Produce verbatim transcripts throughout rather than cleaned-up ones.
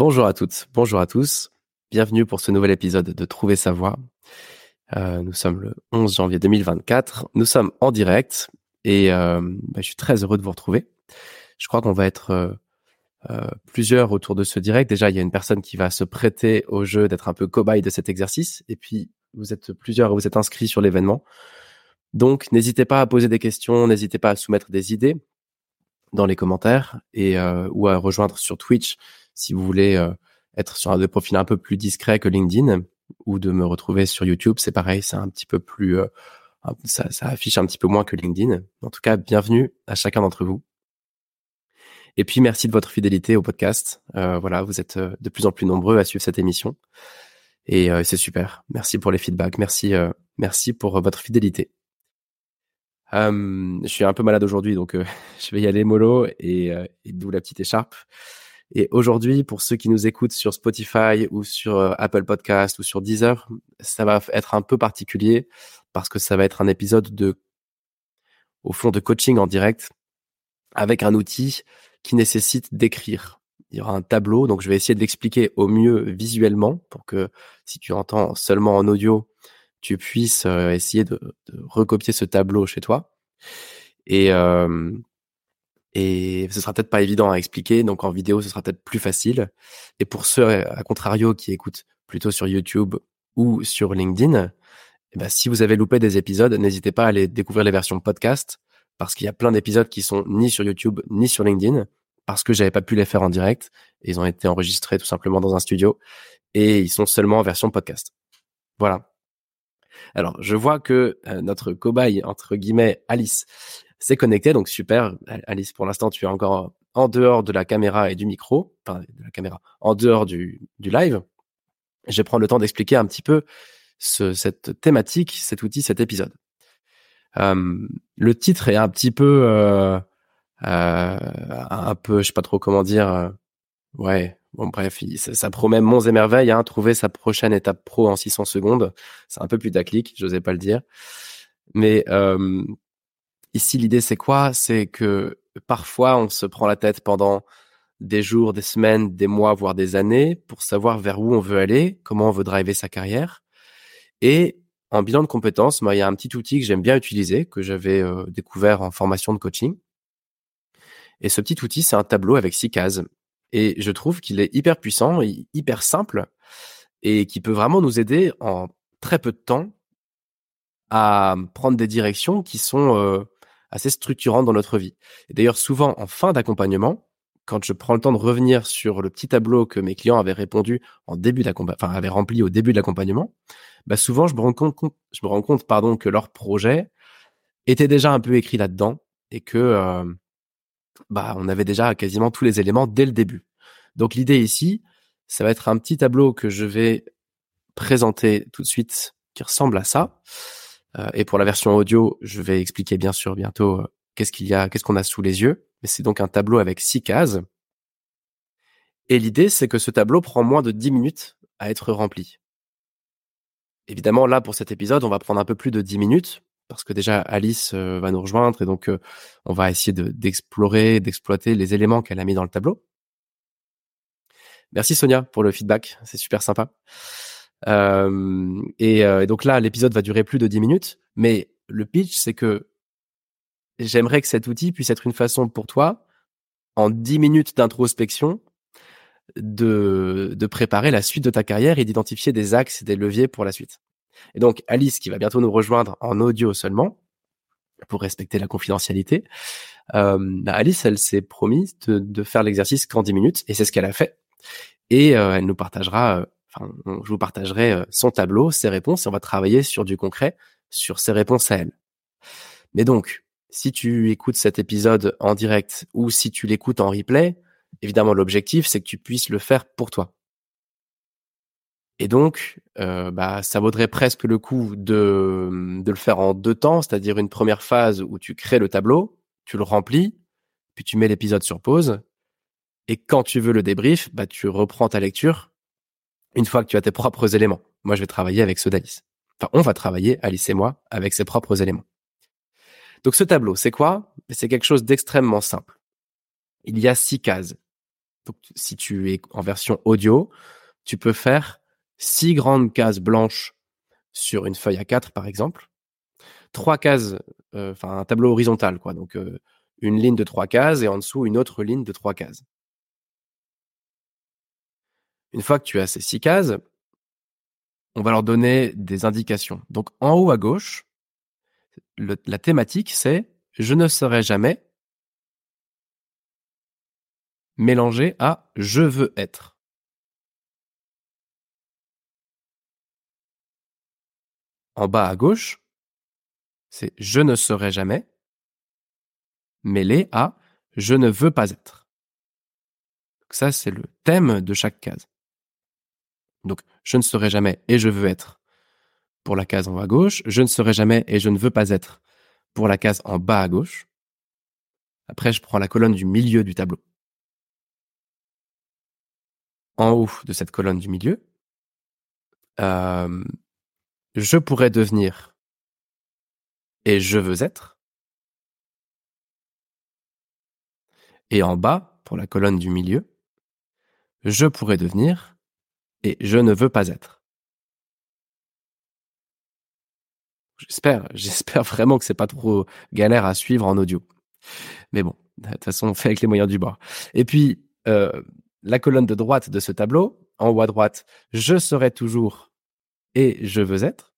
Bonjour à toutes, bonjour à tous. Bienvenue pour ce nouvel épisode de Trouver sa voie. Euh, nous sommes le onze janvier deux mille vingt-quatre. Nous sommes en direct et euh, bah, je suis très heureux de vous retrouver. Je crois qu'on va être euh, euh, plusieurs autour de ce direct. Déjà, il y a une personne qui va se prêter au jeu d'être un peu cobaye de cet exercice. Et puis, vous êtes plusieurs, vous êtes inscrits sur l'événement. Donc, n'hésitez pas à poser des questions, n'hésitez pas à soumettre des idées dans les commentaires et euh, ou à rejoindre sur Twitch si vous voulez euh, être sur un des profils un peu plus discret que LinkedIn, ou de me retrouver sur YouTube. C'est pareil, c'est un petit peu plus euh, ça, ça affiche un petit peu moins que LinkedIn. En tout cas, bienvenue à chacun d'entre vous. Et puis merci de votre fidélité au podcast. Euh, voilà, vous êtes de plus en plus nombreux à suivre cette émission et euh, c'est super. Merci pour les feedbacks, merci euh, merci pour votre fidélité. Euh, je suis un peu malade aujourd'hui, donc euh, je vais y aller mollo et, euh, et d'où la petite écharpe. Et aujourd'hui, pour ceux qui nous écoutent sur Spotify ou sur euh, Apple Podcast ou sur Deezer, ça va être un peu particulier parce que ça va être un épisode de, au fond, de coaching en direct avec un outil qui nécessite d'écrire. Il y aura un tableau, donc je vais essayer de l'expliquer au mieux visuellement pour que si tu entends seulement en audio, tu puisses euh, essayer de, de recopier ce tableau chez toi. Et, euh, et ce sera peut-être pas évident à expliquer, donc en vidéo, ce sera peut-être plus facile. Et pour ceux, à contrario, qui écoutent plutôt sur YouTube ou sur LinkedIn, eh ben, si vous avez loupé des épisodes, n'hésitez pas à aller découvrir les versions podcast, parce qu'il y a plein d'épisodes qui sont ni sur YouTube, ni sur LinkedIn, parce que j'avais pas pu les faire en direct. Ils ont été enregistrés tout simplement dans un studio, et ils sont seulement en version podcast. Voilà. Alors, je vois que euh, notre cobaye, entre guillemets, Alice, s'est connectée, donc super. Alice, pour l'instant, tu es encore en dehors de la caméra et du micro, enfin, de la caméra, en dehors du, du live. Je vais prendre le temps d'expliquer un petit peu ce, cette thématique, cet outil, cet épisode. Euh, le titre est un petit peu, euh, euh, un peu, je sais pas trop comment dire, euh, ouais. Bon, bref, il, ça, ça promet monts et merveilles, hein, trouver sa prochaine étape pro en six cents secondes. C'est un peu putaclic, j'osais pas le dire. Mais euh, ici, l'idée, c'est quoi? C'est que parfois, on se prend la tête pendant des jours, des semaines, des mois, voire des années pour savoir vers où on veut aller, comment on veut driver sa carrière. Et en bilan de compétences, moi, il y a un petit outil que j'aime bien utiliser, que j'avais euh, découvert en formation de coaching. Et ce petit outil, c'est un tableau avec six cases. Et je trouve qu'il est hyper puissant, et hyper simple, et qui peut vraiment nous aider en très peu de temps à prendre des directions qui sont euh, assez structurantes dans notre vie. Et d'ailleurs, souvent, en fin d'accompagnement, quand je prends le temps de revenir sur le petit tableau que mes clients avaient répondu en début d'accompagnement, enfin, avaient rempli au début de l'accompagnement, bah souvent, je me rends compte, je me rends compte, pardon, que leur projet était déjà un peu écrit là-dedans et que euh, bah, on avait déjà quasiment tous les éléments dès le début. Donc l'idée ici, ça va être un petit tableau que je vais présenter tout de suite qui ressemble à ça. Euh, et pour la version audio, je vais expliquer bien sûr bientôt euh, qu'est-ce qu'il y a, qu'est-ce qu'on a sous les yeux. Mais c'est donc un tableau avec six cases. Et l'idée, c'est que ce tableau prend moins de dix minutes à être rempli. Évidemment, là, pour cet épisode, on va prendre un peu plus de dix minutes parce que déjà Alice euh, va nous rejoindre et donc euh, on va essayer de, d'explorer, d'exploiter les éléments qu'elle a mis dans le tableau. Merci Sonia pour le feedback, c'est super sympa. Euh, et, euh, et donc là, l'épisode va durer plus de dix minutes, mais le pitch, c'est que j'aimerais que cet outil puisse être une façon pour toi, en dix minutes d'introspection, de, de préparer la suite de ta carrière et d'identifier des axes et des leviers pour la suite. Et donc Alice, qui va bientôt nous rejoindre en audio seulement, pour respecter la confidentialité, euh, Alice, elle s'est promise de, de faire l'exercice qu'en dix minutes, et c'est ce qu'elle a fait. Et euh, elle nous partagera, euh, enfin, je vous partagerai euh, son tableau, ses réponses, et on va travailler sur du concret, sur ses réponses à elle. Mais donc, si tu écoutes cet épisode en direct ou si tu l'écoutes en replay, évidemment, l'objectif, c'est que tu puisses le faire pour toi. Et donc, euh, bah, ça vaudrait presque le coup de, de le faire en deux temps, c'est-à-dire une première phase où tu crées le tableau, tu le remplis, puis tu mets l'épisode sur pause. Et quand tu veux le débrief, bah, tu reprends ta lecture une fois que tu as tes propres éléments. Moi, je vais travailler avec ceux d'Alice. Enfin, on va travailler, Alice et moi, avec ses propres éléments. Donc, ce tableau, c'est quoi? C'est quelque chose d'extrêmement simple. Il y a six cases. Donc, si tu es en version audio, tu peux faire six grandes cases blanches sur une feuille A quatre, par exemple. Trois cases, euh, enfin un tableau horizontal, quoi. Donc, euh, une ligne de trois cases et en dessous, une autre ligne de trois cases. Une fois que tu as ces six cases, on va leur donner des indications. Donc, en haut à gauche, le, la thématique, c'est « Je ne serai jamais » mélangé à « Je veux être ». En bas à gauche, c'est « Je ne serai jamais » mêlé à « Je ne veux pas être ». Donc ça, c'est le thème de chaque case. Donc, je ne serai jamais et je veux être pour la case en haut à gauche. Je ne serai jamais et je ne veux pas être pour la case en bas à gauche. Après, je prends la colonne du milieu du tableau. En haut de cette colonne du milieu, euh, je pourrais devenir et je veux être. Et en bas, pour la colonne du milieu, je pourrais devenir et je ne veux pas être. J'espère, j'espère vraiment que c'est pas trop galère à suivre en audio. Mais bon, de toute façon, on fait avec les moyens du bord. Et puis, euh, la colonne de droite de ce tableau, en haut à droite, je serai toujours et je veux être.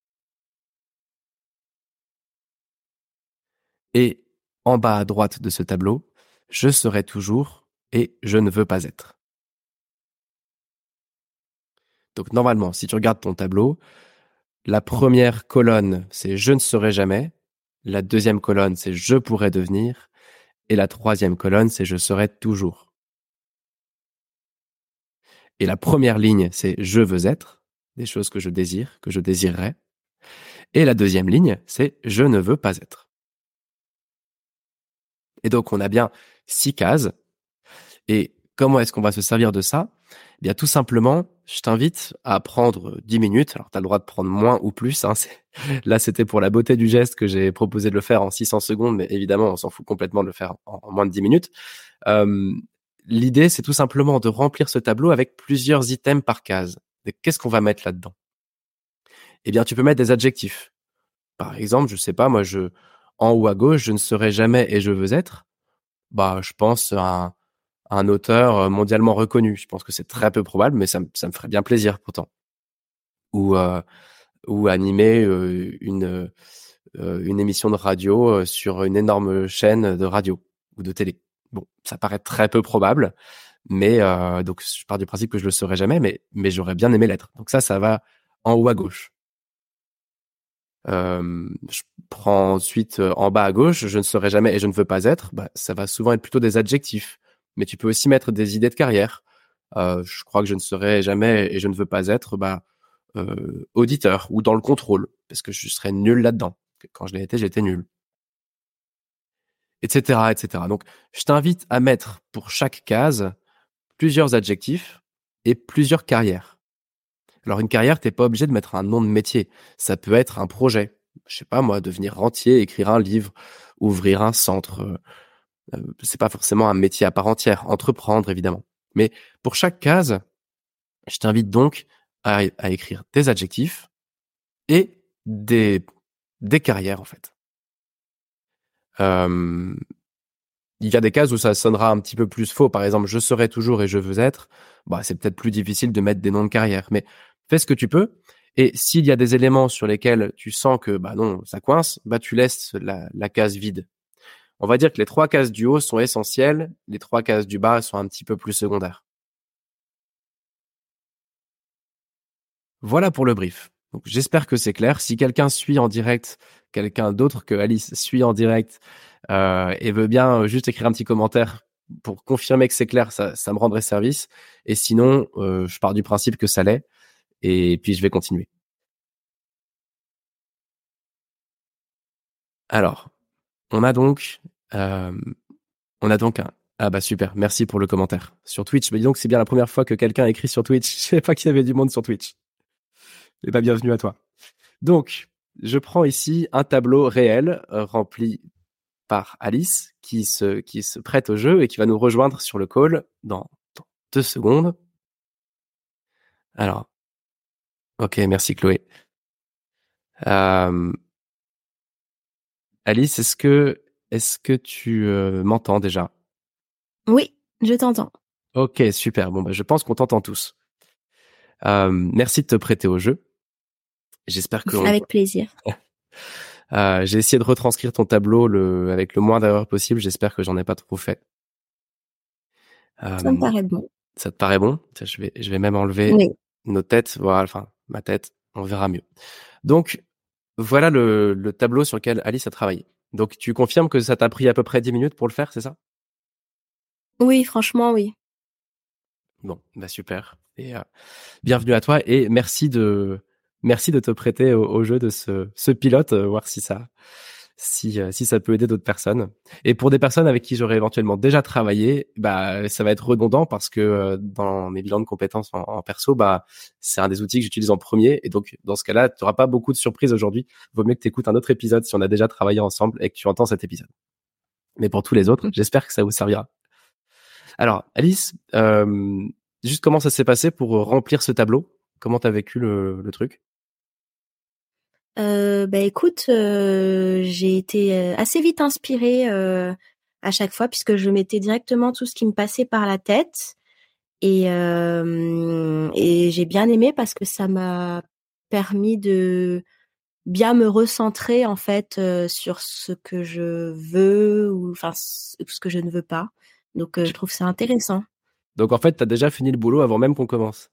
Et en bas à droite de ce tableau, je serai toujours et je ne veux pas être. Donc normalement, si tu regardes ton tableau, la première colonne, c'est je ne serai jamais. La deuxième colonne, c'est je pourrais devenir. Et la troisième colonne, c'est je serai toujours. Et la première ligne, c'est je veux être, des choses que je désire, que je désirerais. Et la deuxième ligne, c'est je ne veux pas être. Et donc, on a bien six cases. Et comment est-ce qu'on va se servir de ça? Eh bien, tout simplement, je t'invite à prendre dix minutes. Alors, tu as le droit de prendre moins ou plus. Hein. Là, c'était pour la beauté du geste que j'ai proposé de le faire en six cents secondes, mais évidemment, on s'en fout complètement de le faire en, en moins de dix minutes. Euh, l'idée, c'est tout simplement de remplir ce tableau avec plusieurs items par case. Qu'est-ce qu'on va mettre là-dedans? Eh bien, tu peux mettre des adjectifs. Par exemple, je sais pas, moi, je, en haut à gauche, je ne serai jamais et je veux être. Bah, je pense à un, un auteur mondialement reconnu. Je pense que c'est très peu probable, mais ça, ça me ferait bien plaisir pourtant. Ou, euh, ou animer euh, une, euh, une émission de radio euh, sur une énorme chaîne de radio ou de télé. Bon, ça paraît très peu probable, mais euh, donc je pars du principe que je le saurais jamais, mais, mais j'aurais bien aimé l'être. Donc ça, ça va en haut à gauche. Euh, je prends ensuite euh, en bas à gauche, je ne serai jamais et je ne veux pas être. Bah, ça va souvent être plutôt des adjectifs, mais tu peux aussi mettre des idées de carrière. Euh, je crois que je ne serai jamais et je ne veux pas être bah, euh, auditeur ou dans le contrôle, parce que je serais nul là-dedans. Quand je l'ai été, j'étais nul, et cetera, et cetera. Donc, je t'invite à mettre pour chaque case plusieurs adjectifs et plusieurs carrières. Alors, une carrière, t'es pas obligé de mettre un nom de métier. Ça peut être un projet. Je sais pas, moi, devenir rentier, écrire un livre, ouvrir un centre. Euh, c'est pas forcément un métier à part entière. Entreprendre, évidemment. Mais pour chaque case, je t'invite donc à, à écrire des adjectifs et des, des carrières, en fait. Euh, il y a des cases où ça sonnera un petit peu plus faux. Par exemple, je serai toujours et je veux être. Bah, c'est peut-être plus difficile de mettre des noms de carrière. Mais fais ce que tu peux. Et s'il y a des éléments sur lesquels tu sens que bah non, ça coince, bah tu laisses la, la case vide. On va dire que les trois cases du haut sont essentielles, les trois cases du bas sont un petit peu plus secondaires. Voilà pour le brief. Donc, j'espère que c'est clair. Si quelqu'un suit en direct, quelqu'un d'autre que Alice suit en direct euh, et veut bien juste écrire un petit commentaire pour confirmer que c'est clair, ça, ça me rendrait service. Et sinon, euh, je pars du principe que ça l'est. Et puis, je vais continuer. Alors, on a donc, euh, on a donc un. Ah bah super, merci pour le commentaire. Sur Twitch, mais dis donc c'est bien la première fois que quelqu'un écrit sur Twitch. Je savais pas qu'il y avait du monde sur Twitch. Et bah bienvenue à toi. Donc, je prends ici un tableau réel euh, rempli par Alice qui se, qui se prête au jeu et qui va nous rejoindre sur le call dans, dans deux secondes. Alors, ok, merci Chloé. Euh, Alice, est-ce que, est-ce que tu euh, m'entends déjà? Oui, je t'entends. Ok, super. Bon, bah, je pense qu'on t'entend tous. Euh, merci de te prêter au jeu. J'espère que on... Avec plaisir. euh, j'ai essayé de retranscrire ton tableau le... avec le moins d'erreurs possible. J'espère que j'en ai pas trop fait. Ça me Euh, paraît bon. Ça te paraît bon? Tiens, Je vais, je vais même enlever Oui. nos têtes. Voilà, enfin, ma tête. On verra mieux. Donc, voilà le, le tableau sur lequel Alice a travaillé. Donc, tu confirmes que ça t'a pris à peu près dix minutes pour le faire, c'est ça? Oui, franchement, oui. Bon, bah super. Et euh, bienvenue à toi et merci de merci de te prêter au, au jeu de ce, ce pilote, euh, voir si ça si euh, si ça peut aider d'autres personnes. Et pour des personnes avec qui j'aurais éventuellement déjà travaillé, bah ça va être redondant parce que euh, dans mes bilans de compétences en, en perso, bah c'est un des outils que j'utilise en premier et donc dans ce cas-là, tu n'auras pas beaucoup de surprises aujourd'hui. Vaut mieux que tu écoutes un autre épisode si on a déjà travaillé ensemble et que tu entends cet épisode. Mais pour tous les autres, j'espère que ça vous servira. Alors, Alice, euh, juste comment ça s'est passé pour remplir ce tableau? Comment t'as vécu le, le truc? Euh, bah écoute, euh, j'ai été euh, assez vite inspirée euh, à chaque fois puisque je mettais directement tout ce qui me passait par la tête et euh, et j'ai bien aimé parce que ça m'a permis de bien me recentrer en fait euh, sur ce que je veux ou enfin ce ce que je ne veux pas. Donc euh, je Tu- trouve ça intéressant. Donc en fait, t'as déjà fini le boulot avant même qu'on commence.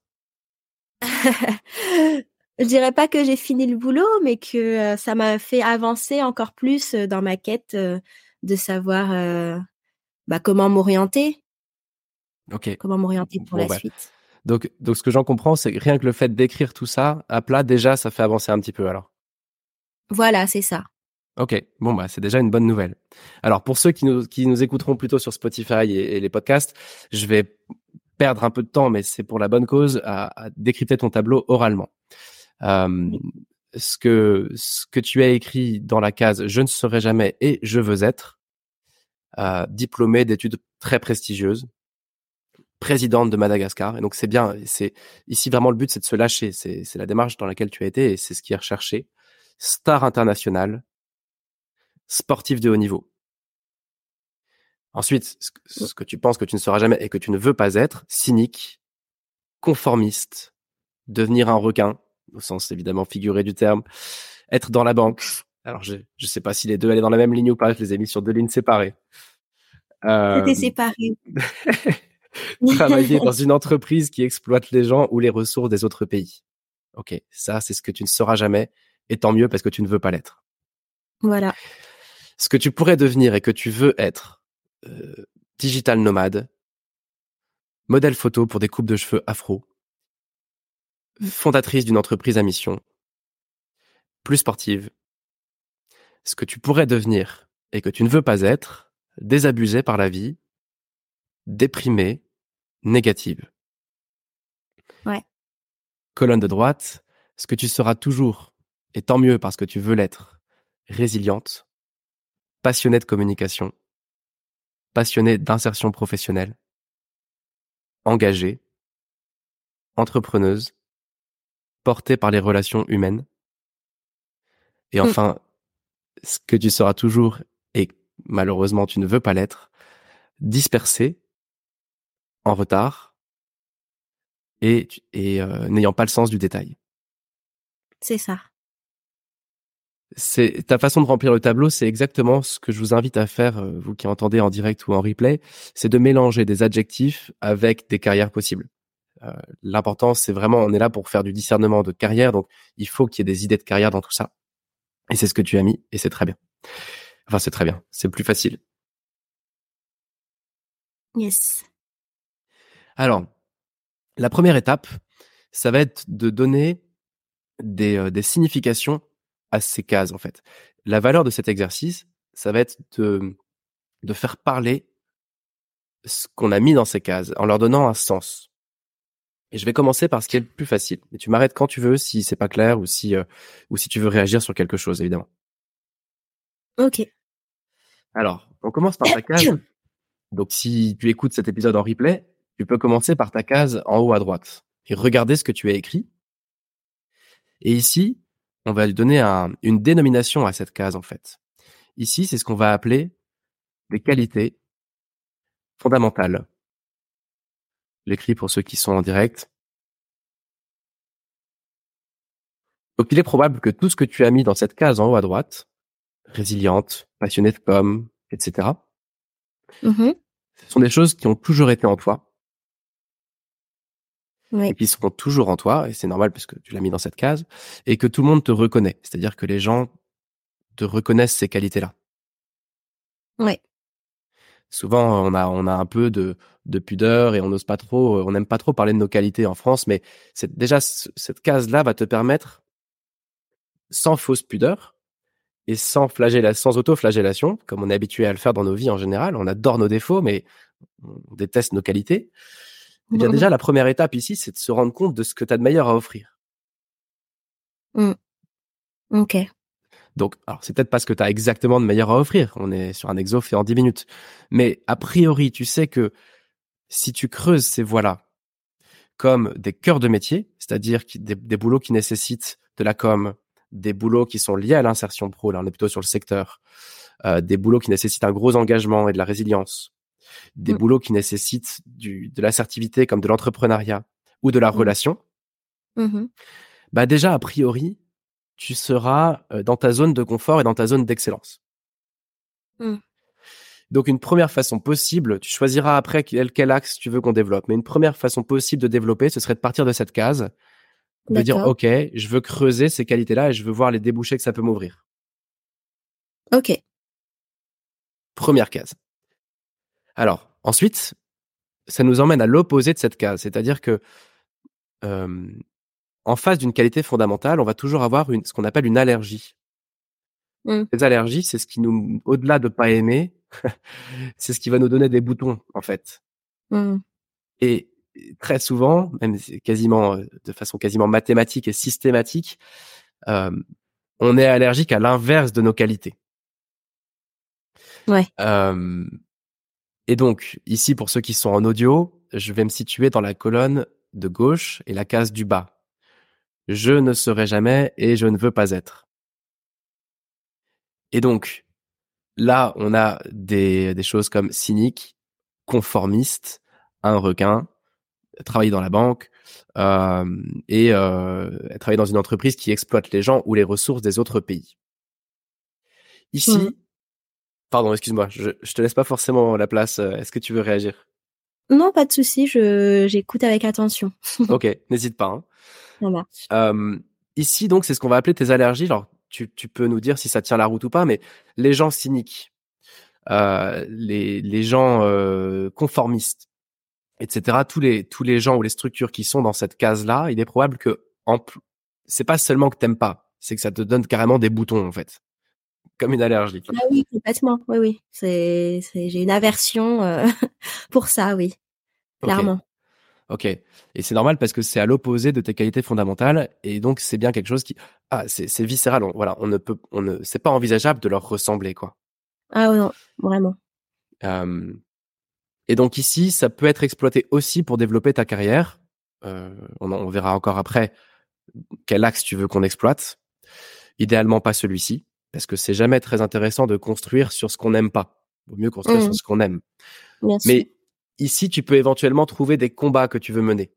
Je dirais pas que j'ai fini le boulot, mais que euh, ça m'a fait avancer encore plus euh, dans ma quête euh, de savoir euh, bah, comment m'orienter, Ok. comment m'orienter pour Bon la bah. suite. Donc, donc ce que j'en comprends, c'est que rien que le fait d'écrire tout ça à plat, déjà, ça fait avancer un petit peu alors. Voilà, c'est ça. Ok. Bon bah, c'est déjà une bonne nouvelle. Alors pour ceux qui nous qui nous écouteront plutôt sur Spotify et, et les podcasts, je vais perdre un peu de temps, mais c'est pour la bonne cause, à, à décrypter ton tableau oralement. Euh, ce que ce que tu as écrit dans la case je ne serai jamais et je veux être, euh, diplômée d'études très prestigieuses, présidente de Madagascar. Et donc c'est bien. C'est ici vraiment le but, c'est de se lâcher. C'est c'est la démarche dans laquelle tu as été et c'est ce qui est recherché. Star internationale, sportif de haut niveau. Ensuite, ce que, ce que tu penses que tu ne seras jamais et que tu ne veux pas être, cynique, conformiste, devenir un requin, au sens évidemment figuré du terme, être dans la banque. Alors je je sais pas si les deux allaient dans la même ligne ou pas. Je les ai mis sur deux lignes séparées. Euh, C'était séparé. Travailler dans une entreprise qui exploite les gens ou les ressources des autres pays. Ok, ça c'est ce que tu ne sauras jamais, et tant mieux parce que tu ne veux pas l'être. Voilà. Ce que tu pourrais devenir et que tu veux être, euh, digital nomade, modèle photo pour des coupes de cheveux afro, fondatrice d'une entreprise à mission, plus sportive. Ce que tu pourrais devenir et que tu ne veux pas être, désabusé par la vie, déprimée, négative. Ouais. Colonne de droite, ce que tu seras toujours, et tant mieux parce que tu veux l'être, résiliente, passionnée de communication, passionnée d'insertion professionnelle, engagée, entrepreneuse, portée par les relations humaines. Et Mm. enfin, ce que tu seras toujours, et malheureusement tu ne veux pas l'être, dispersée, en retard, et, et euh, n'ayant pas le sens du détail. C'est ça. C'est ta façon de remplir le tableau, c'est exactement ce que je vous invite à faire, euh, vous qui entendez en direct ou en replay, c'est de mélanger des adjectifs avec des carrières possibles. Euh, L'important, c'est vraiment, on est là pour faire du discernement de carrière, donc il faut qu'il y ait des idées de carrière dans tout ça. Et c'est ce que tu as mis, et c'est très bien. Enfin, c'est très bien, c'est plus facile. Yes. Alors, la première étape, ça va être de donner des, euh, des significations à ces cases, en fait. La valeur de cet exercice, ça va être de, de faire parler ce qu'on a mis dans ces cases, en leur donnant un sens. Et je vais commencer par ce qui est le plus facile. Et tu m'arrêtes quand tu veux, si c'est pas clair ou si, euh, ou si tu veux réagir sur quelque chose, évidemment. Ok. Alors, on commence par ta case. Donc, si tu écoutes cet épisode en replay, tu peux commencer par ta case en haut à droite et regarder ce que tu as écrit. Et ici, on va lui donner un, une dénomination à cette case, en fait. Ici, c'est ce qu'on va appeler des qualités fondamentales. J'écris pour ceux qui sont en direct. Donc, il est probable que tout ce que tu as mis dans cette case en haut à droite, résiliente, passionnée de com, et cetera, Mhm. ce sont des choses qui ont toujours été en toi Oui. et qui seront toujours en toi, et c'est normal puisque tu l'as mis dans cette case, et que tout le monde te reconnaît. C'est-à-dire que les gens te reconnaissent ces qualités-là. Ouais. Souvent, on a, on a un peu de, de pudeur et on n'ose pas trop, on n'aime pas trop parler de nos qualités en France, mais c'est déjà cette case-là va te permettre, sans fausse pudeur et sans flagellation, sans auto-flagellation, comme on est habitué à le faire dans nos vies en général, on adore nos défauts, mais on déteste nos qualités. Eh bien, déjà, la première étape ici, c'est de se rendre compte de ce que tu as de meilleur à offrir. Mm. Ok. Donc, alors, c'est peut-être pas ce que tu as exactement de meilleur à offrir. On est sur un exo fait en dix minutes. Mais a priori, tu sais que si tu creuses ces voies-là, comme des cœurs de métier, c'est-à-dire qui, des, des boulots qui nécessitent de la com, des boulots qui sont liés à l'insertion pro, là on est plutôt sur le secteur, euh, des boulots qui nécessitent un gros engagement et de la résilience, des Mm. boulots qui nécessitent du, de l'assertivité comme de l'entrepreneuriat ou de la Mm. relation, Mhm. bah déjà, a priori, tu seras dans ta zone de confort et dans ta zone d'excellence. Mm. Donc, une première façon possible, tu choisiras après quel, quel axe tu veux qu'on développe, mais une première façon possible de développer, ce serait de partir de cette case, de dire, D'accord. OK, je veux creuser ces qualités-là et je veux voir les débouchés que ça peut m'ouvrir. Ok. Première case. Alors, ensuite, ça nous emmène à l'opposé de cette case, c'est-à-dire que euh, en face d'une qualité fondamentale, on va toujours avoir une, ce qu'on appelle une allergie. Mm. Les allergies, c'est ce qui nous, au-delà de pas aimer, c'est ce qui va nous donner des boutons, en fait. Mm. Et très souvent, même quasiment de façon quasiment mathématique et systématique, euh, on est allergique à l'inverse de nos qualités. Ouais. Euh, et donc, ici, pour ceux qui sont en audio, je vais me situer dans la colonne de gauche et la case du bas. Je ne serai jamais et je ne veux pas être. Et donc, là, on a des, des choses comme cynique, conformiste, un requin, travailler dans la banque euh, et euh, travailler dans une entreprise qui exploite les gens ou les ressources des autres pays. Mm. Ici, pardon, excuse-moi, je, je te laisse pas forcément la place. Est-ce que tu veux réagir? Non, pas de souci, je j'écoute avec attention. Ok, n'hésite pas. Hein. Ça marche. Euh, ici, donc, c'est ce qu'on va appeler tes allergies. Alors, tu, tu peux nous dire si ça tient la route ou pas, mais les gens cyniques, euh, les, les gens euh, conformistes, et cetera. Tous les tous les gens ou les structures qui sont dans cette case-là, il est probable que en c'est pas seulement que t'aimes pas, c'est que ça te donne carrément des boutons en fait, comme une allergie. Ah oui, complètement. Oui, oui. C'est, c'est, j'ai une aversion euh, pour ça, oui, Ok, clairement. ok. Et c'est normal parce que c'est à l'opposé de tes qualités fondamentales et donc c'est bien quelque chose qui ah c'est c'est viscéral. On, voilà, on ne peut on ne c'est pas envisageable de leur ressembler quoi. Ah oui, non, vraiment. Euh, et donc ici, ça peut être exploité aussi pour développer ta carrière. Euh, on, on verra encore après quel axe tu veux qu'on exploite. Idéalement pas celui-ci, parce que c'est jamais très intéressant de construire sur ce qu'on n'aime pas. Vaut mieux construire sur Mm. ce qu'on aime. Bien sûr. Mais ici, tu peux éventuellement trouver des combats que tu veux mener.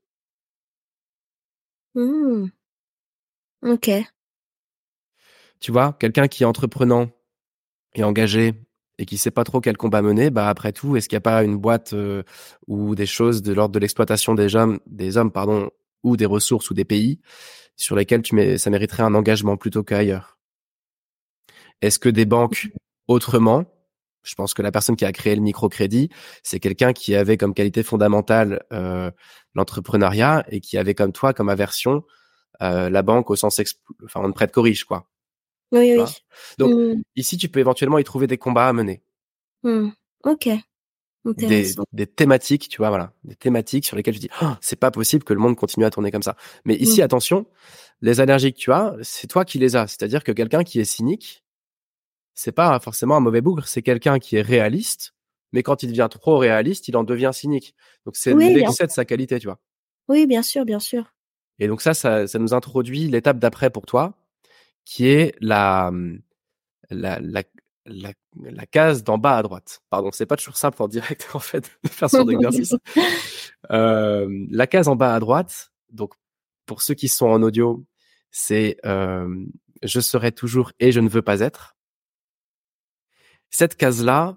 Mm. Ok. Tu vois, quelqu'un qui est entreprenant et engagé et qui sait pas trop quel combat mener, bah après tout, est-ce qu'il n'y a pas une boîte euh, ou des choses de l'ordre de l'exploitation des hommes, des hommes pardon, ou des ressources ou des pays sur lesquels tu mets, ça mériterait un engagement plutôt qu'ailleurs? Est-ce que des banques autrement? Je pense que la personne qui a créé le microcrédit, c'est quelqu'un qui avait comme qualité fondamentale euh, l'entrepreneuriat et qui avait comme toi, comme aversion, euh, la banque au sens, exp- enfin, on ne prête qu'aux riches, quoi. Oui, Tu oui. vois. Donc Mm. ici, tu peux éventuellement y trouver des combats à mener, Mm. Ok. des, Intéressant. des thématiques, tu vois, voilà, des thématiques sur lesquelles tu dis, oh, c'est pas possible que le monde continue à tourner comme ça. Mais ici, Mm. attention, les allergies que tu as, c'est toi qui les as. C'est-à-dire que quelqu'un qui est cynique, c'est pas forcément un mauvais bougre, c'est quelqu'un qui est réaliste, mais quand il devient trop réaliste, il en devient cynique. Donc c'est Oui, bien l'excès de sûr. sa qualité, tu vois. Oui, bien sûr, bien sûr. Et donc ça, ça, ça nous introduit l'étape d'après pour toi, qui est la, la, la, la, la case d'en bas à droite. Pardon, c'est pas toujours simple en direct, en fait, de faire ce genre d'exercice. Euh, la case en bas à droite, donc pour ceux qui sont en audio, c'est euh, je serai toujours et je ne veux pas être. Cette case-là,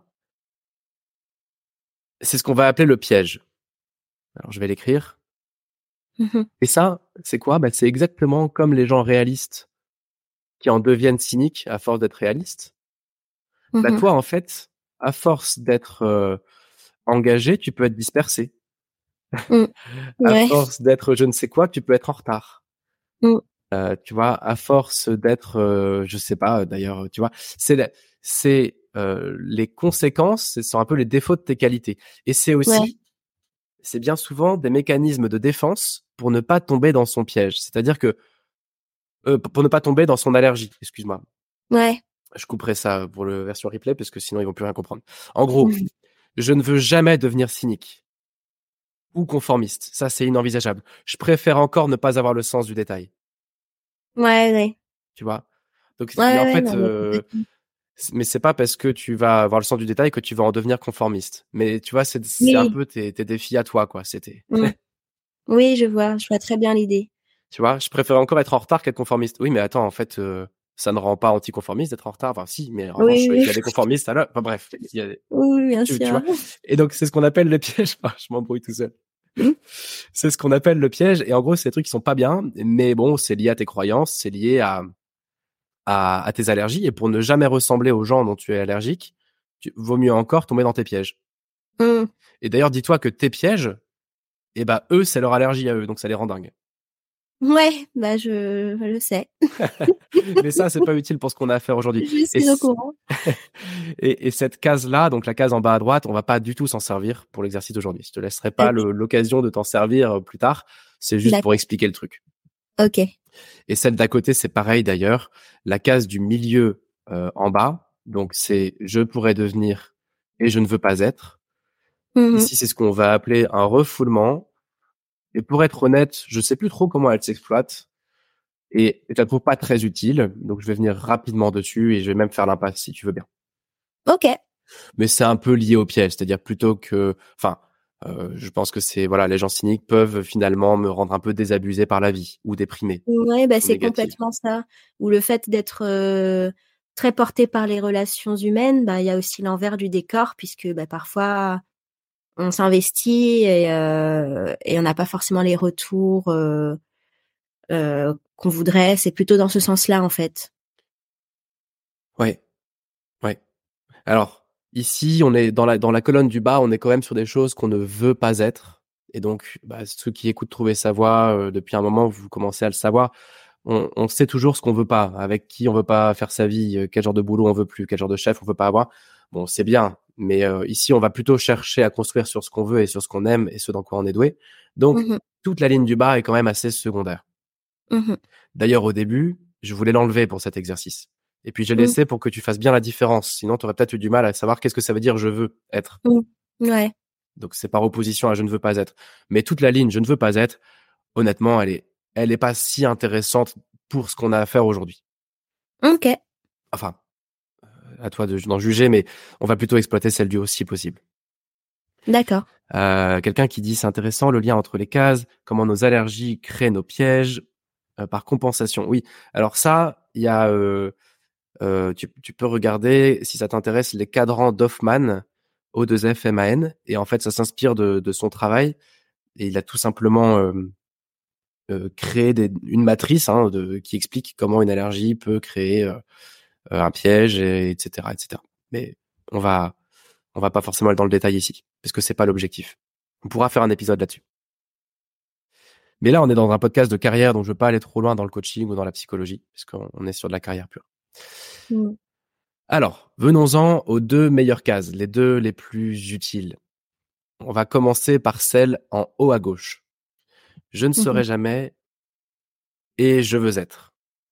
c'est ce qu'on va appeler le piège. Alors je vais l'écrire. Mhm. Et ça, c'est quoi? Bah, c'est exactement comme les gens réalistes qui en deviennent cyniques à force d'être réalistes. Bah Mhm. toi, en fait, à force d'être euh, engagé, tu peux être dispersé. Mm. À Ouais. force d'être je ne sais quoi, tu peux être en retard. Mm. Euh, tu vois, à force d'être, euh, je sais pas, d'ailleurs, tu vois, c'est la- c'est euh, les conséquences, ce sont un peu les défauts de tes qualités. Et c'est Ouais. aussi, c'est bien souvent des mécanismes de défense pour ne pas tomber dans son piège. C'est-à-dire que euh, pour ne pas tomber dans son allergie. Excuse-moi, Ouais. je couperai ça pour le version replay parce que sinon ils vont plus rien comprendre. En gros, Mhm. je ne veux jamais devenir cynique ou conformiste. Ça, c'est inenvisageable. Je préfère encore ne pas avoir le sens du détail. Ouais, ouais. Tu vois. Donc, Ouais, mais en ouais, fait, non, mais euh, complètement. mais c'est pas parce que tu vas avoir le sens du détail que tu vas en devenir conformiste. Mais tu vois, c'est c'est un Oui. peu tes, tes défis à toi, quoi. C'était. Mm. Oui, je vois, je vois très bien l'idée. Tu vois, je préfère encore être en retard qu'être conformiste. Oui, mais attends, en fait, euh, ça ne rend pas anticonformiste d'être en retard. Enfin, si, mais en revanche, Oui, il oui, y a des conformistes. Alors, enfin, bref, il y a, oui, bien tu, tu sûr. vois. Et donc, c'est ce qu'on appelle le piège. Ah, je m'embrouille tout seul. Mm. C'est ce qu'on appelle le piège. Et en gros, c'est des trucs qui sont pas bien. Mais bon, c'est lié à tes croyances, c'est lié à, à, à tes allergies. Et pour ne jamais ressembler aux gens dont tu es allergique, tu, vaut mieux encore tomber dans tes pièges. Mm. Et d'ailleurs, dis-toi que tes pièges, eh ben, eux, c'est leur allergie à eux. Donc, ça les rend dingues. Ouais, bah je, je sais. Mais ça, c'est pas utile pour ce qu'on a à faire aujourd'hui. Je Et, suis au courant. et, et cette case-là, donc la case en bas à droite, on va pas du tout s'en servir pour l'exercice d'aujourd'hui. Je te laisserai pas Ok, le- l'occasion de t'en servir plus tard. C'est juste pour d'accord. expliquer le truc. Ok. Et celle d'à côté, c'est pareil d'ailleurs. La case du milieu euh, en bas, donc c'est je pourrais devenir et je ne veux pas être. Mhm. Ici, c'est ce qu'on va appeler un refoulement. Et pour être honnête, je sais plus trop comment elle s'exploite. Et, et je la trouve pas très utile. Donc, je vais venir rapidement dessus et je vais même faire l'impasse si tu veux bien. Ok. Mais c'est un peu lié au piège. C'est-à-dire plutôt que, enfin, euh, je pense que c'est, voilà, les gens cyniques peuvent finalement me rendre un peu désabusé par la vie ou déprimé Ouais, bah ou c'est négative. complètement ça. Ou le fait d'être euh, très porté par les relations humaines, bah il y a aussi l'envers du décor puisque bah parfois on s'investit et euh, et on n'a pas forcément les retours euh, euh, qu'on voudrait. C'est plutôt dans ce sens-là en fait. Ouais, ouais. Alors, ici, on est dans la, dans la colonne du bas, on est quand même sur des choses qu'on ne veut pas être. Et donc, bah, ceux qui écoutent Trouver sa voix, euh, depuis un moment, vous commencez à le savoir. On, on sait toujours ce qu'on veut pas, avec qui on veut pas faire sa vie, euh, quel genre de boulot on veut plus, quel genre de chef on veut pas avoir. Bon, c'est bien, mais euh, ici, on va plutôt chercher à construire sur ce qu'on veut et sur ce qu'on aime et ce dans quoi on est doué. Donc, Mhm. toute la ligne du bas est quand même assez secondaire. Mhm. D'ailleurs, au début, je voulais l'enlever pour cet exercice. Et puis, j'ai Mhm. laissé pour que tu fasses bien la différence. Sinon, tu aurais peut-être eu du mal à savoir qu'est-ce que ça veut dire je veux être. Mhm. Ouais. Donc, c'est par opposition à je ne veux pas être. Mais toute la ligne je ne veux pas être, honnêtement, elle est, elle est pas si intéressante pour ce qu'on a à faire aujourd'hui. Ok. Enfin, à toi de, d'en juger, mais on va plutôt exploiter celle du aussi possible. D'accord. Euh, quelqu'un qui dit c'est intéressant le lien entre les cases, comment nos allergies créent nos pièges euh, par compensation. Oui, alors ça, il y a, euh, euh, tu, tu peux regarder si ça t'intéresse les cadrans d'Hoffman, O deux F M A N, et en fait ça s'inspire de, de son travail et il a tout simplement euh, euh, créé des, une matrice hein, de, qui explique comment une allergie peut créer euh, un piège, et, etc., et cetera. Mais on va on va pas forcément aller dans le détail ici, parce que c'est pas l'objectif. On pourra faire un épisode là-dessus. Mais là, on est dans un podcast de carrière, donc je veux pas aller trop loin dans le coaching ou dans la psychologie, parce qu'on est sur de la carrière pure. Mhm. Alors, venons-en aux deux meilleures cases, les deux les plus utiles. On va commencer par celle en haut à gauche. Je ne Mhm. serai jamais et je veux être.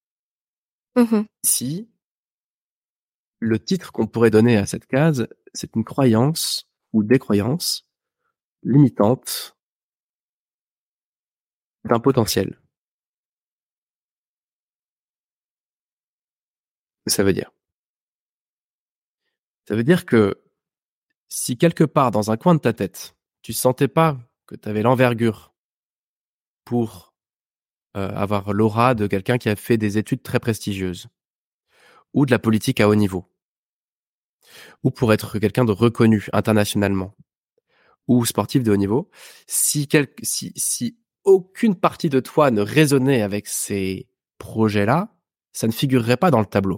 Mhm. Ici, le titre qu'on pourrait donner à cette case, c'est une croyance ou des croyances limitantes d'un potentiel. Ça veut dire. Ça veut dire que si quelque part dans un coin de ta tête, tu sentais pas que tu avais l'envergure pour euh, avoir l'aura de quelqu'un qui a fait des études très prestigieuses, ou de la politique à haut niveau, ou pour être quelqu'un de reconnu internationalement, ou sportif de haut niveau, si, quel, si, si aucune partie de toi ne résonnait avec ces projets-là, ça ne figurerait pas dans le tableau.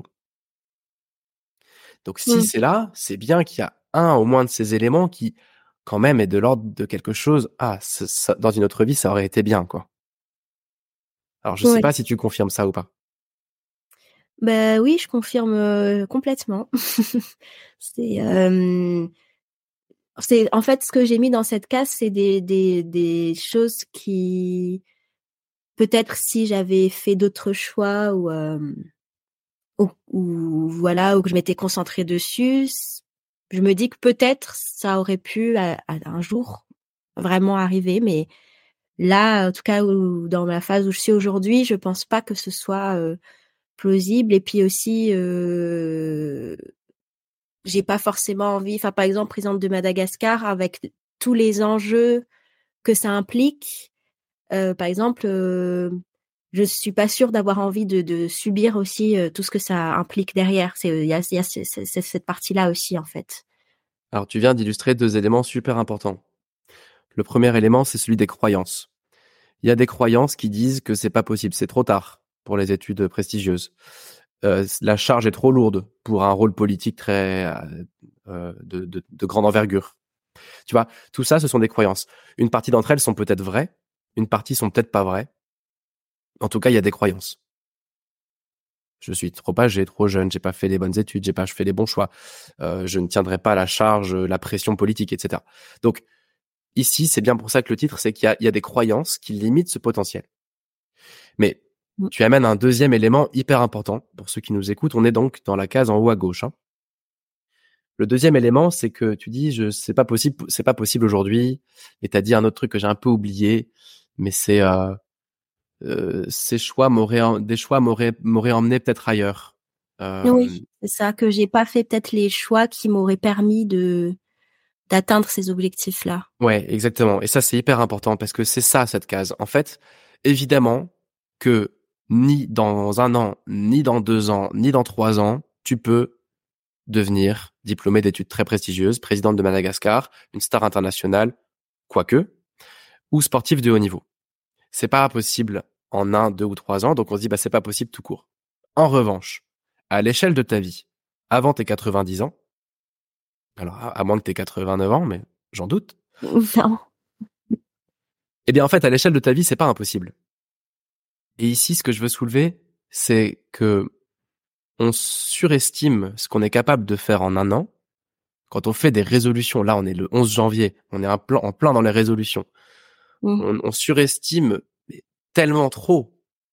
Donc si Mmh. c'est là, c'est bien qu'il y a un au moins de ces éléments qui, quand même, est de l'ordre de quelque chose. Ah, ça, ça, dans une autre vie, ça aurait été bien, quoi. Alors je sais Ouais. pas si tu confirmes ça ou pas. Bah oui, je confirme euh, complètement. c'est, euh, c'est, en fait, ce que j'ai mis dans cette case, c'est des, des, des choses qui, peut-être si j'avais fait d'autres choix ou, euh, ou, ou voilà, ou que je m'étais concentrée dessus, je me dis que peut-être ça aurait pu à, à un jour vraiment arriver, mais là, en tout cas, où, dans ma phase où je suis aujourd'hui, je pense pas que ce soit euh, plausible. Et puis aussi, euh, j'ai pas forcément envie. Enfin, par exemple, présidente de Madagascar, avec tous les enjeux que ça implique. Euh, par exemple, euh, je suis pas sûre d'avoir envie de, de subir aussi euh, tout ce que ça implique derrière. C'est il y a, y a c- c- c- cette partie-là aussi en fait. Alors tu viens d'illustrer deux éléments super importants. Le premier élément, c'est celui des croyances. Il y a des croyances qui disent que c'est pas possible, c'est trop tard pour les études prestigieuses. Euh, la charge est trop lourde pour un rôle politique très euh, euh, de, de, de grande envergure. Tu vois, tout ça, ce sont des croyances. Une partie d'entre elles sont peut-être vraies, une partie sont peut-être pas vraies. En tout cas, il y a des croyances. Je suis trop âgé, trop jeune, j'ai pas fait les bonnes études, j'ai pas fait les bons choix, euh, je ne tiendrai pas la charge, la pression politique, et cetera. Donc ici, c'est bien pour ça que le titre, c'est qu'il y a, il y a des croyances qui limitent ce potentiel. Mais Mm. tu amènes un deuxième élément hyper important pour ceux qui nous écoutent. On est donc dans la case en haut à gauche. Hein. Le deuxième élément, c'est que tu dis, je, c'est pas possible, c'est pas possible aujourd'hui. Et t'as dit un autre truc que j'ai un peu oublié, mais c'est euh, euh, ces choix m'auraient, en- des choix m'auraient, m'auraient emmené peut-être ailleurs. Oui, Euh, c'est ça que j'ai pas fait peut-être les choix qui m'auraient permis de d'atteindre ces objectifs-là. ouais, exactement. Et ça, c'est hyper important parce que c'est ça cette case. En fait, évidemment que ni dans un an, ni dans deux ans, ni dans trois ans, tu peux devenir diplômé d'études très prestigieuses, présidente de Madagascar, une star internationale, quoique, ou sportif de haut niveau. C'est pas possible en un, deux ou trois ans, donc on se dit bah c'est pas possible tout court. En revanche, à l'échelle de ta vie, avant tes quatre-vingt-dix ans, alors à, à moins que t'aies quatre-vingt-neuf ans, mais j'en doute, Non. eh bien en fait à l'échelle de ta vie c'est pas impossible. Et ici ce que je veux soulever, c'est que on surestime ce qu'on est capable de faire en un an. Quand on fait des résolutions, là on est le onze janvier, on est en plein, en plein dans les résolutions. Mm. On, on surestime tellement trop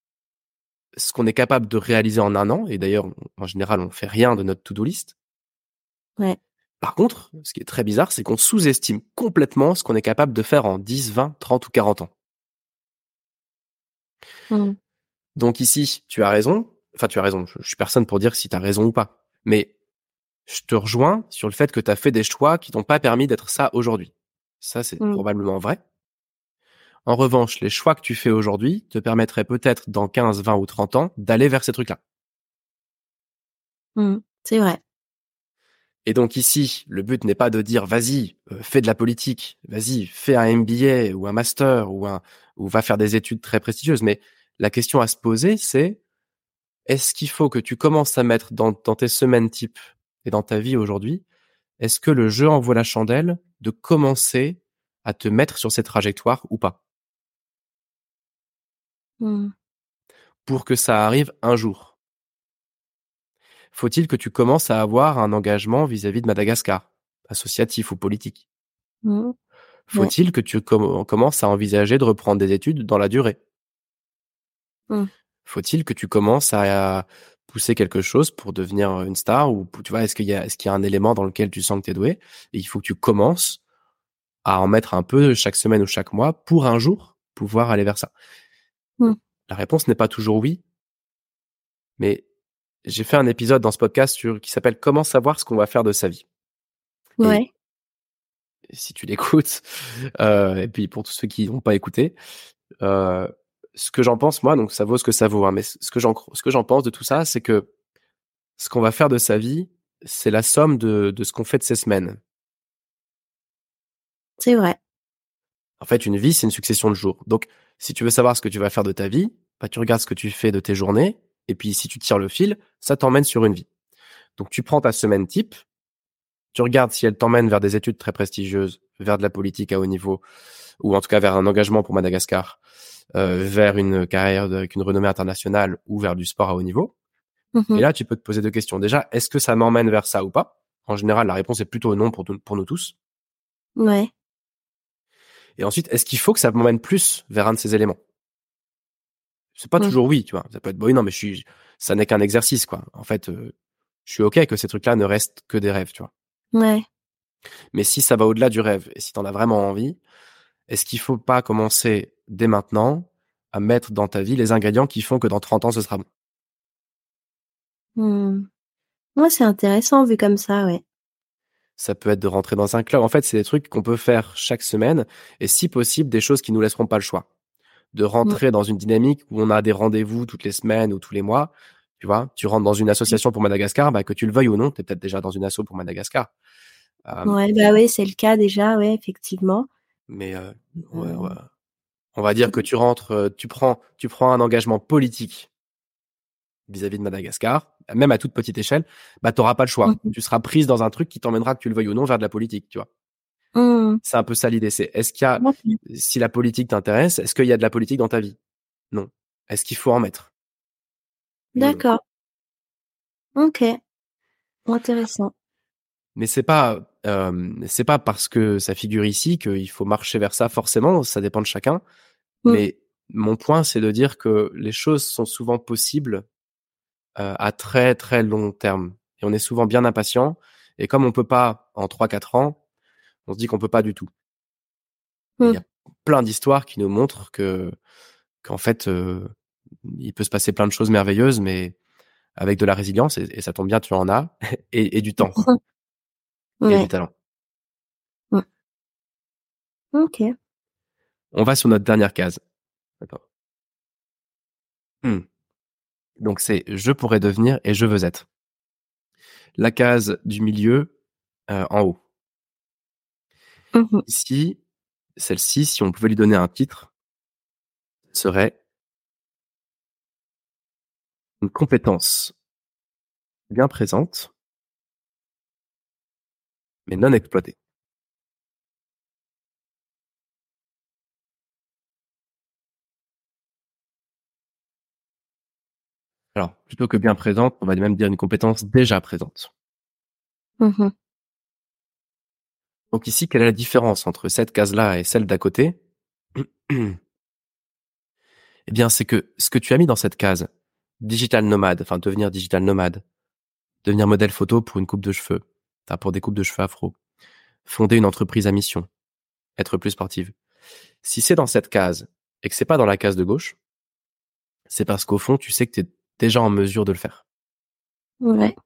ce qu'on est capable de réaliser en un an, et d'ailleurs, en général, on fait rien de notre to-do list. Ouais. Par contre, ce qui est très bizarre, c'est qu'on sous-estime complètement ce qu'on est capable de faire en dix, vingt, trente ou quarante ans. Mm. Donc ici, tu as raison. Enfin, tu as raison. Je, je suis personne pour dire si tu as raison ou pas. Mais je te rejoins sur le fait que tu as fait des choix qui t'ont pas permis d'être ça aujourd'hui. Ça, c'est Mm. probablement vrai. En revanche, les choix que tu fais aujourd'hui te permettraient peut-être dans quinze, vingt ou trente ans d'aller vers ces trucs-là. Mm. C'est vrai. Et donc ici, le but n'est pas de dire vas-y, euh, fais de la politique, vas-y, fais un M B A ou un master ou un ou va faire des études très prestigieuses, mais la question à se poser, c'est est-ce qu'il faut que tu commences à mettre dans, dans tes semaines type et dans ta vie aujourd'hui, est-ce que le jeu en vaut la chandelle de commencer à te mettre sur cette trajectoire ou pas, Mm. pour que ça arrive un jour? Faut-il que tu commences à avoir un engagement vis-à-vis de Madagascar, associatif ou politique? Mm. Ouais. Faut-il que tu com- commences à envisager de reprendre des études dans la durée? Mm. Faut-il que tu commences à pousser quelque chose pour devenir une star ou tu vois, est-ce qu'il y a, est-ce qu'il y a un élément dans lequel tu sens que t'es doué et il faut que tu commences à en mettre un peu chaque semaine ou chaque mois pour un jour pouvoir aller vers ça. Mmh. La réponse n'est pas toujours oui, mais j'ai fait un épisode dans ce podcast sur, qui s'appelle Comment savoir ce qu'on va faire de sa vie. Et, Ouais. et si tu l'écoutes, euh, et puis pour tous ceux qui n'ont pas écouté, euh, ce que j'en pense moi, donc ça vaut ce que ça vaut, hein, mais ce que j'en, ce que j'en pense de tout ça, c'est que ce qu'on va faire de sa vie, c'est la somme de, de ce qu'on fait de ses semaines. C'est vrai. En fait, une vie, c'est une succession de jours. Donc, si tu veux savoir ce que tu vas faire de ta vie, bah, tu regardes ce que tu fais de tes journées, et puis si tu tires le fil, ça t'emmène sur une vie. Donc, tu prends ta semaine type, tu regardes si elle t'emmène vers des études très prestigieuses, vers de la politique à haut niveau, ou en tout cas vers un engagement pour Madagascar, euh, vers une carrière de, avec une renommée internationale, ou vers du sport à haut niveau. Et Mmh. là, tu peux te poser deux questions. Déjà, est-ce que ça m'emmène vers ça ou pas? En général, la réponse est plutôt non pour, pour nous tous. Ouais. Et ensuite, est-ce qu'il faut que ça m'emmène plus vers un de ces éléments? C'est pas Mmh. toujours oui, tu vois. Ça peut être, bon, oui, non, mais je suis, ça n'est qu'un exercice, quoi. En fait, euh, je suis OK que ces trucs-là ne restent que des rêves, tu vois. Ouais. Mais si ça va au-delà du rêve, et si t'en as vraiment envie, est-ce qu'il faut pas commencer dès maintenant à mettre dans ta vie les ingrédients qui font que dans trente ans, ce sera bon? Mmh. Ouais, c'est intéressant vu comme ça, ouais. Ça peut être de rentrer dans un club. En fait, c'est des trucs qu'on peut faire chaque semaine, et si possible, des choses qui nous laisseront pas le choix. De Mmh. rentrer dans une dynamique où on a des rendez-vous toutes les semaines ou tous les mois. Tu vois, tu rentres dans une association pour Madagascar, bah, que tu le veuilles ou non, tu es peut-être déjà dans une asso pour Madagascar. Euh, Ouais, bah, oui, c'est le cas déjà, ouais, effectivement. mais euh, ouais, ouais. Heu, On va dire que tu rentres, euh, tu prends, tu prends un engagement politique vis-à-vis de Madagascar, même à toute petite échelle, bah t'auras pas le choix. mmh Tu seras prise dans un truc qui t'emmènera, que tu le veuilles ou non, vers de la politique, tu vois. Mmh. C'est un peu ça l'idée. C'est est-ce qu'il y a, OK. si la politique t'intéresse, est-ce qu'il y a de la politique dans ta vie? Non. Est-ce qu'il faut en mettre? Oui ou non? D'accord. OK. Intéressant. Mais c'est pas, euh, c'est pas parce que ça figure ici qu'il faut marcher vers ça forcément. Ça dépend de chacun. Mmh. Mais mon point, c'est de dire que les choses sont souvent possibles euh, à très très long terme. Et on est souvent bien impatient. Et comme on peut pas en trois quatre ans, on se dit qu'on peut pas du tout. Et il y Mmh. a plein d'histoires qui nous montrent que qu'en fait, euh, il peut se passer plein de choses merveilleuses, mais avec de la résilience, et, et ça tombe bien, tu en as, et, et du temps, et du Ouais. talent. Mmh. OK. On va sur notre dernière case. D'accord. Hmm. Donc c'est je pourrais devenir et je veux être. La case du milieu euh, en haut. Mmh mh. Ici, celle-ci, si on pouvait lui donner un titre, serait une compétence bien présente, mais non exploitée. Alors, plutôt que bien présente, on va même dire une compétence déjà présente. Mmh. Donc ici, quelle est la différence entre cette case-là et celle d'à côté? Eh bien, c'est que ce que tu as mis dans cette case, digital nomade, enfin devenir digital nomade, devenir modèle photo pour une coupe de cheveux, enfin pour des coupes de cheveux afro, fonder une entreprise à mission, être plus sportive. Si c'est dans cette case et que c'est pas dans la case de gauche, c'est parce qu'au fond, tu sais que tu es déjà en mesure de le faire. Ouais.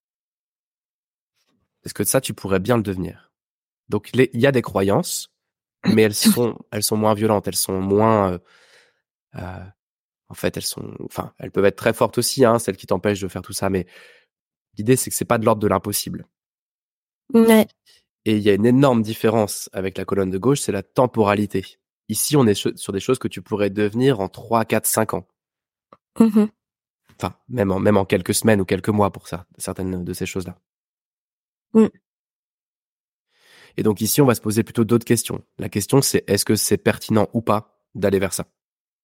Parce que ça, tu pourrais bien le devenir. Donc, il y a des croyances, mais elles sont, elles sont moins violentes, elles sont moins, euh, euh, en fait, elles sont, enfin, elles peuvent être très fortes aussi, hein, celles qui t'empêchent de faire tout ça, mais l'idée, c'est que c'est pas de l'ordre de l'impossible. Ouais. Et il y a une énorme différence avec la colonne de gauche, c'est la temporalité. Ici, on est sur des choses que tu pourrais devenir en trois, quatre, cinq ans. Mmh. Enfin, même en, même en quelques semaines ou quelques mois pour ça, certaines de ces choses-là. Mmh. Et donc ici, on va se poser plutôt d'autres questions. La question, c'est est-ce que c'est pertinent ou pas d'aller vers ça?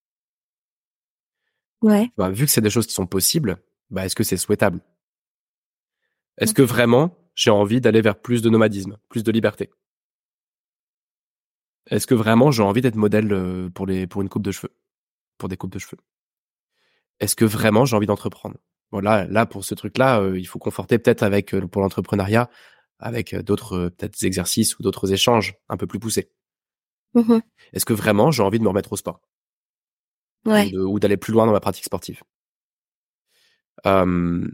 Ouais. Bah, vu que c'est des choses qui sont possibles, bah, est-ce que c'est souhaitable? Est-ce Mmh. que vraiment j'ai envie d'aller vers plus de nomadisme, plus de liberté? Est-ce que vraiment j'ai envie d'être modèle euh, pour les pour une coupe de cheveux, pour des coupes de cheveux? Est-ce que vraiment j'ai envie d'entreprendre? Bon, là, là, pour ce truc-là, euh, il faut conforter peut-être avec, euh, pour l'entrepreneuriat, avec euh, d'autres, euh, peut-être exercices ou d'autres échanges un peu plus poussés. Mhm. Est-ce que vraiment j'ai envie de me remettre au sport ou Ouais. de, ou d'aller plus loin dans ma pratique sportive? Euh,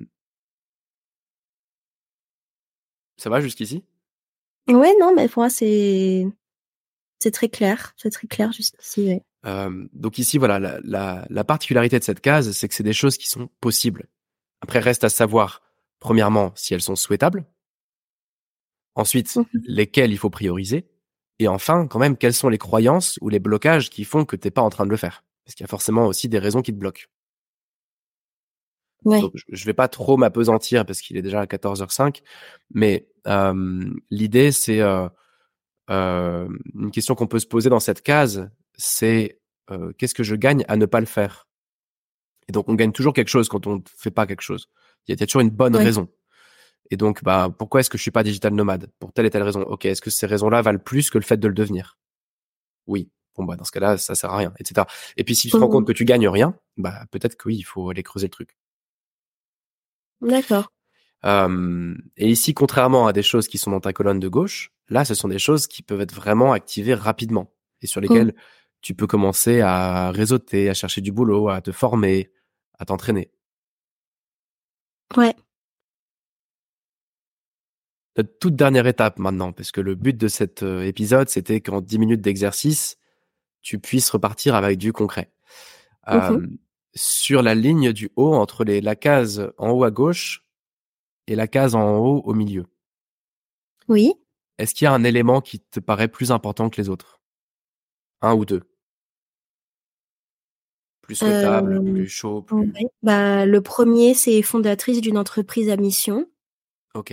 ça va jusqu'ici? Ouais, non, mais pour moi, c'est, c'est très clair. C'est très clair jusqu'ici, ouais. Euh, donc ici, voilà, la, la, la particularité de cette case, c'est que c'est des choses qui sont possibles. Après, reste à savoir, premièrement, si elles sont souhaitables. Ensuite, Mhm. lesquelles il faut prioriser. Et enfin, quand même, quelles sont les croyances ou les blocages qui font que t'es pas en train de le faire. Parce qu'il y a forcément aussi des raisons qui te bloquent. Ouais. Donc, je je vais pas trop m'apesantir parce qu'il est déjà à quatorze heures cinq. Mais euh, l'idée, c'est euh, euh, une question qu'on peut se poser dans cette case, c'est euh, qu'est-ce que je gagne à ne pas le faire? Et donc, on gagne toujours quelque chose quand on ne fait pas quelque chose. Il y a, il y a toujours une bonne Ouais. raison. Et donc, bah, pourquoi est-ce que je suis pas digital nomade? Pour telle et telle raison. Ok, est-ce que ces raisons-là valent plus que le fait de le devenir? Oui. Bon, bah, dans ce cas-là, ça sert à rien, et cetera. Et puis, si tu te rends compte Mhm. que tu gagnes rien, bah, peut-être que oui, il faut aller creuser le truc. D'accord. Euh, et ici, contrairement à des choses qui sont dans ta colonne de gauche, là, ce sont des choses qui peuvent être vraiment activées rapidement et sur Mhm. lesquelles tu peux commencer à réseauter, à chercher du boulot, à te former, à t'entraîner. Ouais. Notre toute dernière étape maintenant, parce que le but de cet euh, épisode, c'était qu'en dix minutes d'exercice, tu puisses repartir avec du concret. Mhm. Euh, sur la ligne du haut, entre les, la case en haut à gauche et la case en haut au milieu, Oui. est-ce qu'il y a un élément qui te paraît plus important que les autres? Un ou deux? Plus souhaitable, Euh, plus chaud, plus... ouais. Bah, le premier, c'est fondatrice d'une entreprise à mission. Ok,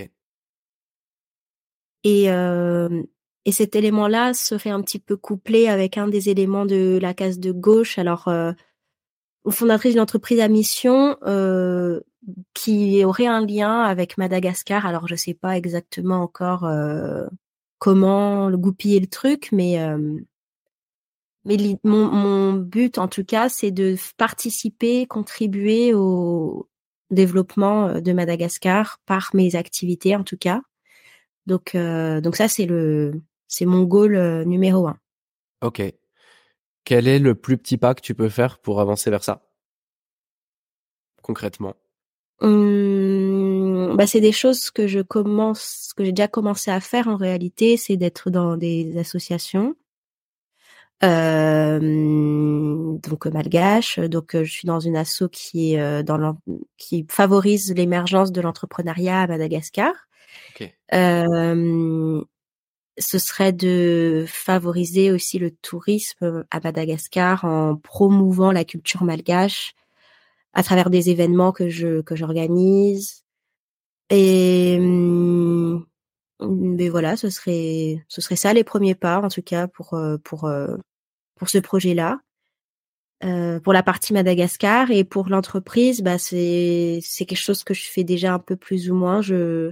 Et, euh, et cet élément-là serait un petit peu couplé avec un des éléments de la case de gauche. Alors, euh, fondatrice d'une entreprise à mission euh, qui aurait un lien avec Madagascar. Alors, je sais pas exactement encore euh, comment le goupiller le truc, mais euh, mais li- mon, mon but, en tout cas, c'est de f- participer, contribuer au développement euh, de Madagascar par mes activités, en tout cas. Donc, euh, donc ça, c'est le, c'est mon goal euh, numéro un. ok. Quel est le plus petit pas que tu peux faire pour avancer vers ça, concrètement? Hum, bah, c'est des choses que je commence, que j'ai déjà commencé à faire en réalité, c'est d'être dans des associations, euh, donc malgaches. Donc, euh, je suis dans une asso qui est euh, dans l'en- qui favorise l'émergence de l'entrepreneuriat à Madagascar. Ok, Euh, Ce serait de favoriser aussi le tourisme à Madagascar en promouvant la culture malgache à travers des événements que je que j'organise. Et hum, mais voilà, ce serait ce serait ça les premiers pas en tout cas pour euh, pour euh, pour ce projet-là. Euh, pour la partie Madagascar et pour l'entreprise, bah c'est c'est quelque chose que je fais déjà un peu plus ou moins. Je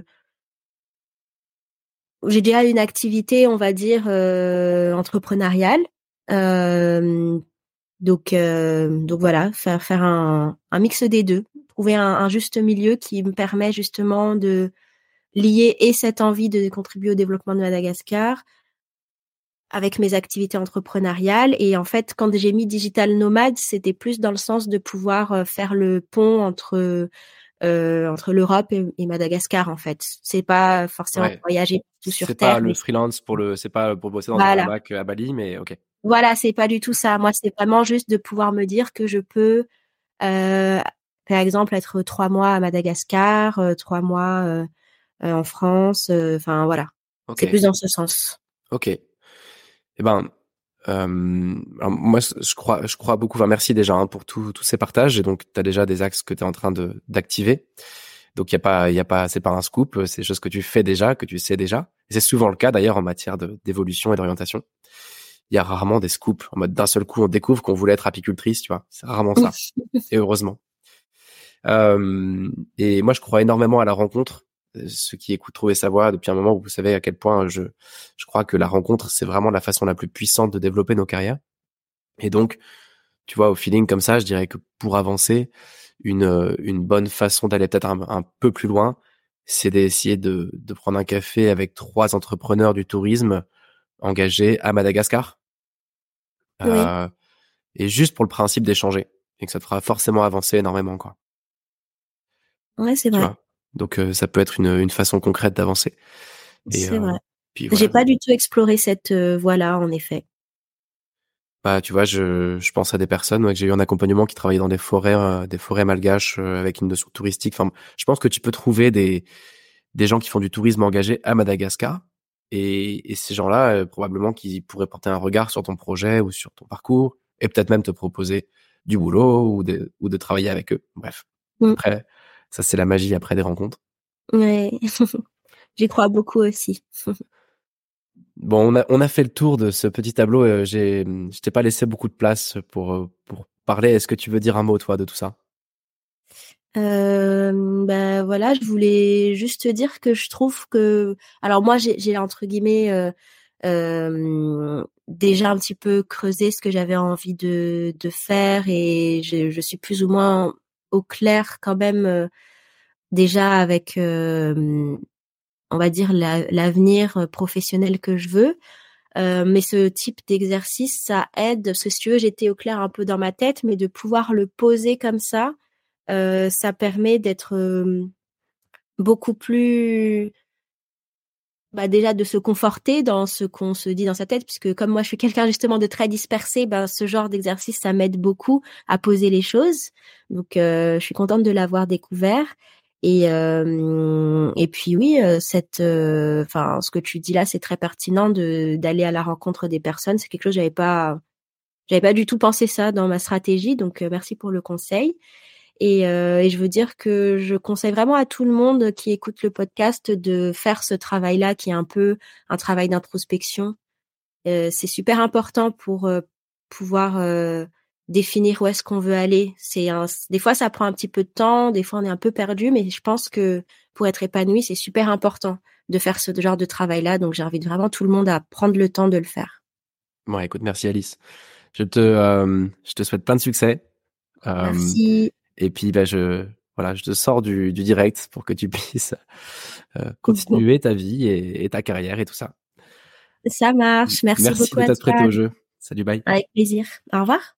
J'ai déjà une activité, on va dire, euh, entrepreneuriale. Euh, donc, euh, donc voilà, faire, faire un, un mix des deux, trouver un, un juste milieu qui me permet justement de lier et cette envie de contribuer au développement de Madagascar avec mes activités entrepreneuriales. Et en fait, quand j'ai mis digital nomade, c'était plus dans le sens de pouvoir euh, faire le pont entre euh, entre l'Europe et, et Madagascar. En fait, c'est pas forcément ouais. voyager tout sur C'est pas terre, le mais freelance pour le, c'est pas pour bosser dans un voilà. hamac à Bali, mais ok. Voilà, c'est pas du tout ça. Moi, c'est vraiment juste de pouvoir me dire que je peux, euh, par exemple, être trois mois à Madagascar, euh, trois mois euh, euh, en France. euh, Enfin, voilà. Ok, C'est plus dans ce sens. ok. Eh ben, euh, alors moi, je crois, je crois beaucoup. Enfin, merci déjà hein, pour tous tous ces partages. Et donc, tu as déjà des axes que tu es en train de d'activer. Donc, il y a pas, il y a pas, c'est pas un scoop. C'est des choses que tu fais déjà, que tu sais déjà. Et c'est souvent le cas d'ailleurs en matière de d'évolution et d'orientation. Il y a rarement des scoops en mode d'un seul coup on découvre qu'on voulait être apicultrice, tu vois. C'est rarement ça. Et heureusement. Euh, et moi, je crois énormément à la rencontre. Euh, Ceux qui écoutent Trouver sa voix depuis un moment, vous savez à quel point je, je crois que la rencontre, c'est vraiment la façon la plus puissante de développer nos carrières. Et donc, tu vois, au feeling comme ça, je dirais que pour avancer, une une bonne façon d'aller peut-être un, un peu plus loin, c'est d'essayer de de prendre un café avec trois entrepreneurs du tourisme engagés à Madagascar, Oui, euh, et juste pour le principe d'échanger, et que ça te fera forcément avancer énormément, quoi. ouais, c'est Tu vrai, vois? Donc euh, ça peut être une une façon concrète d'avancer. Et c'est euh, vrai. puis J'ai voilà. pas du tout exploré cette euh, voie-là, en effet. Bah, tu vois, je, je pense à des personnes, ouais, que j'ai eu en accompagnement qui travaillaient dans des forêts, euh, des forêts malgaches, euh, avec une notion touristique. Enfin, je pense que tu peux trouver des, des gens qui font du tourisme engagé à Madagascar. Et, et ces gens-là, euh, probablement qu'ils pourraient porter un regard sur ton projet ou sur ton parcours et peut-être même te proposer du boulot ou de, ou de travailler avec eux. Bref. Mmh. Après, ça, c'est la magie après des rencontres. Ouais, j'y crois beaucoup aussi. Bon, on a, on a fait le tour de ce petit tableau. Euh, j'ai, je t'ai pas laissé beaucoup de place pour, euh, pour parler. Est-ce que tu veux dire un mot, toi, de tout ça? Hem, bah, voilà, je voulais juste te dire que je trouve que alors moi j'ai j'ai entre guillemets, heu, hem, déjà un petit peu creusé ce que j'avais envie de de faire et je je suis plus ou moins au clair quand même, heu, déjà avec, hem, on va dire l'a l'avenir professionnel que je veux. Heu, mais ce type d'exercice, ça aide parce que si tu veux, j'étais au clair un peu dans ma tête, mais de pouvoir le poser comme ça, heu, ça permet d'être, hem, beaucoup plus bah, déjà de se conforter dans ce qu'on se dit dans sa tête puisque comme moi je suis quelqu'un justement de très dispersé, ben, ce genre d'exercice, ça m'aide beaucoup à poser les choses. Donc heu, je suis contente de l'avoir découvert et hem et puis oui, heu, cette, heu, enfin ce que tu dis là, c'est très pertinent de d'aller à la rencontre des personnes. C'est quelque chose que j'avais pas j'avais pas du tout pensé ça dans ma stratégie donc heu, merci pour le conseil. Et, euh, et je veux dire que je conseille vraiment à tout le monde qui écoute le podcast de faire ce travail-là, qui est un peu un travail d'introspection. Euh, c'est super important pour euh, pouvoir euh, définir où est-ce qu'on veut aller. C'est un, des fois, ça prend un petit peu de temps, des fois, on est un peu perdu, mais je pense que pour être épanoui, c'est super important de faire ce genre de travail-là. Donc, j'invite vraiment tout le monde à prendre le temps de le faire. Bon, écoute, merci Alice. Je te, euh, je te souhaite plein de succès. Euh, Merci et puis, bah, je, voilà, je te sors du, du direct pour que tu puisses euh, continuer ta vie et, et ta carrière et tout ça. Ça marche. Merci Merci beaucoup de à t'être prêté toi. au jeu. Salut, bye. Avec plaisir. Au revoir.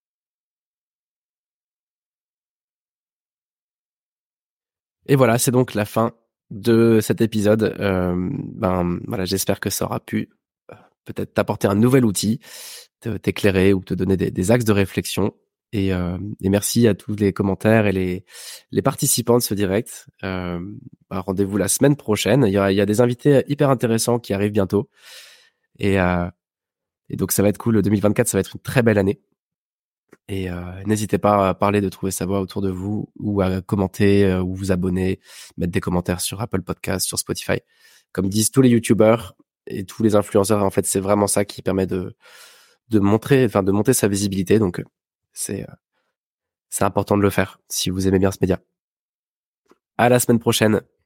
Et voilà, c'est donc la fin de cet épisode. Euh, ben, voilà, j'espère que ça aura pu euh, peut-être t'apporter un nouvel outil, te- t'éclairer ou te donner des, des axes de réflexion. Et, euh, et merci à tous les commentaires et les, les participants de ce direct. Euh, bah, rendez-vous la semaine prochaine. Il y a, il y a des invités hyper intéressants qui arrivent bientôt. Et, euh, et donc ça va être cool. deux mille vingt-quatre, ça va être une très belle année. Et euh, n'hésitez pas à parler de Trouver sa voix autour de vous ou à commenter euh, ou vous abonner, mettre des commentaires sur Apple Podcasts, sur Spotify. Comme disent tous les YouTubers et tous les influenceurs, en fait, c'est vraiment ça qui permet de de montrer, enfin de monter sa visibilité. Donc euh, c'est euh, c'est important de le faire si vous aimez bien ce média. À la semaine prochaine.